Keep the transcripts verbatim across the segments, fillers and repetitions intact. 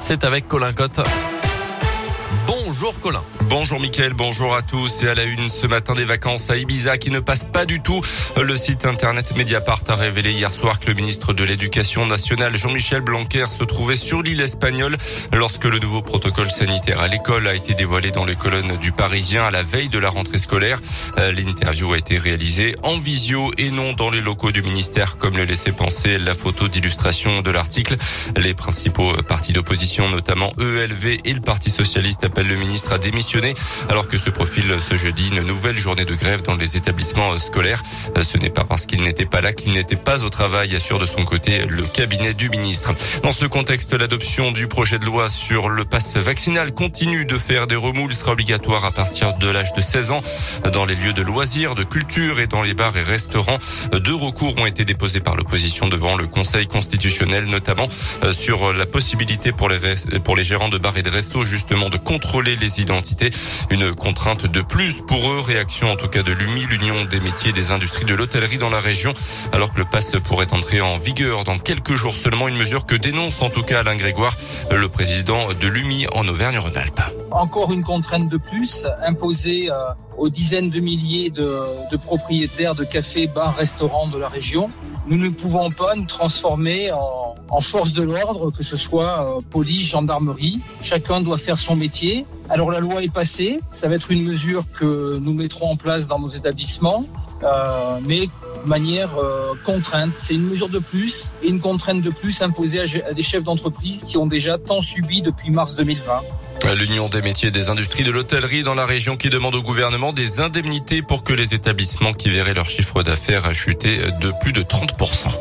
C'est avec Colin Cotte. Bonjour Colin. Bonjour Mickaël, bonjour à tous. Et à la une ce matin, des vacances à Ibiza qui ne passent pas du tout. Le site internet Mediapart a révélé hier soir que le ministre de l'Éducation nationale, Jean-Michel Blanquer, se trouvait sur l'île espagnole lorsque le nouveau protocole sanitaire à l'école a été dévoilé dans les colonnes du Parisien à la veille de la rentrée scolaire. L'interview a été réalisée en visio et non dans les locaux du ministère, comme le laissait penser la photo d'illustration de l'article. Les principaux partis d'opposition, notamment E L V et le Parti socialiste, appellent le ministre à démissionner alors que se profile ce jeudi une nouvelle journée de grève dans les établissements scolaires. Ce n'est pas parce qu'il n'était pas là qu'il n'était pas au travail, assure de son côté le cabinet du ministre. Dans ce contexte, l'adoption du projet de loi sur le pass vaccinal continue de faire des remous. Il sera obligatoire à partir de l'âge de seize ans dans les lieux de loisirs, de culture et dans les bars et restaurants. Deux recours ont été déposés par l'opposition devant le Conseil constitutionnel, notamment sur la possibilité pour les, pour les gérants de bars et de restos justement de contrôler les identités. Une contrainte de plus pour eux. Réaction en tout cas de l'U M I, l'Union des métiers et des industries de l'hôtellerie dans la région, alors que le pass pourrait entrer en vigueur dans quelques jours seulement. Une mesure que dénonce en tout cas Alain Grégoire, le président de l'U M I en Auvergne-Rhône-Alpes. Encore une contrainte de plus imposée euh, aux dizaines de milliers de, de propriétaires de cafés, bars, restaurants de la région. Nous ne pouvons pas nous transformer en, en force de l'ordre, que ce soit euh, police, gendarmerie. Chacun doit faire son métier. Alors la loi est passée, ça va être une mesure que nous mettrons en place dans nos établissements, euh, mais de manière euh, contrainte. C'est une mesure de plus et une contrainte de plus imposée à, à des chefs d'entreprise qui ont déjà tant subi depuis mars deux mille vingt. L'Union des métiers et des industries de l'hôtellerie dans la région qui demande au gouvernement des indemnités pour que les établissements qui verraient leur chiffre d'affaires chuter de plus de trente pour cent.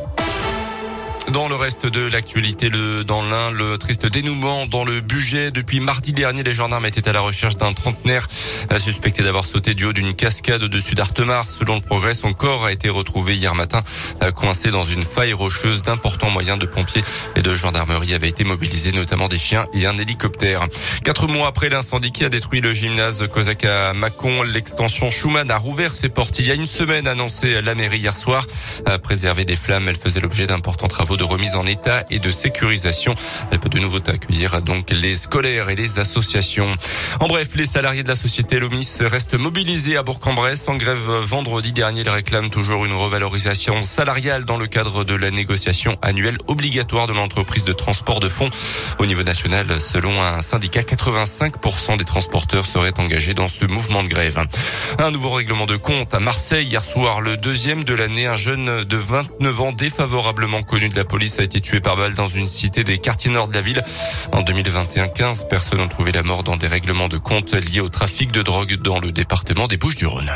Dans le reste de l'actualité, le, dans l'Ain, le triste dénouement dans le Bugey. Depuis mardi dernier, les gendarmes étaient à la recherche d'un trentenaire suspecté d'avoir sauté du haut d'une cascade au-dessus d'Artemar. Selon le Progrès, son corps a été retrouvé hier matin coincé dans une faille rocheuse. D'importants moyens de pompiers et de gendarmerie avaient été mobilisés, notamment des chiens et un hélicoptère. Quatre mois après l'incendie qui a détruit le gymnase Cosaque à Mâcon, l'extension Schumann a rouvert ses portes il y a une semaine, annoncé la mairie hier soir. À préserver des flammes, elle faisait l'objet d'importants travaux de remise en état et de sécurisation. Elle peut de nouveau accueillir donc les scolaires et les associations. En bref, les salariés de la société Lomis restent mobilisés à Bourg-en-Bresse. En grève vendredi dernier, ils réclament toujours une revalorisation salariale dans le cadre de la négociation annuelle obligatoire de l'entreprise de transport de fonds. Au niveau national, selon un syndicat, quatre-vingt-cinq pour cent des transporteurs seraient engagés dans ce mouvement de grève. Un nouveau règlement de compte à Marseille hier soir, le deuxième de l'année. Un jeune de vingt-neuf ans défavorablement connu de la police a été tué par balle dans une cité des quartiers nord de la ville. En deux mille vingt et un, quinze personnes ont trouvé la mort dans des règlements de compte liés au trafic de drogue dans le département des Bouches-du-Rhône.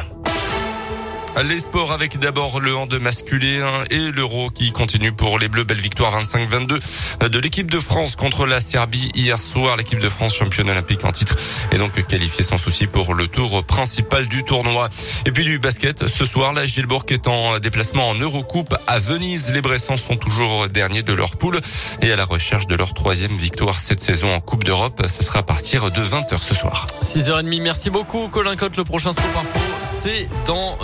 Les sports avec d'abord le hand masculin et l'Euro qui continue pour les Bleus. Belle victoire vingt-cinq vingt-deux de l'équipe de France contre la Serbie hier soir. L'équipe de France, championne olympique en titre, est donc qualifiée sans souci pour le tour principal du tournoi. Et puis du basket, ce soir, la Gilbourg est en déplacement en Eurocoupe à Venise. Les Bressans sont toujours derniers de leur poule et à la recherche de leur troisième victoire cette saison en Coupe d'Europe. Ce sera à partir de vingt heures ce soir. six heures trente, merci beaucoup Colin Cotte. Le prochain Scoop Info, c'est dans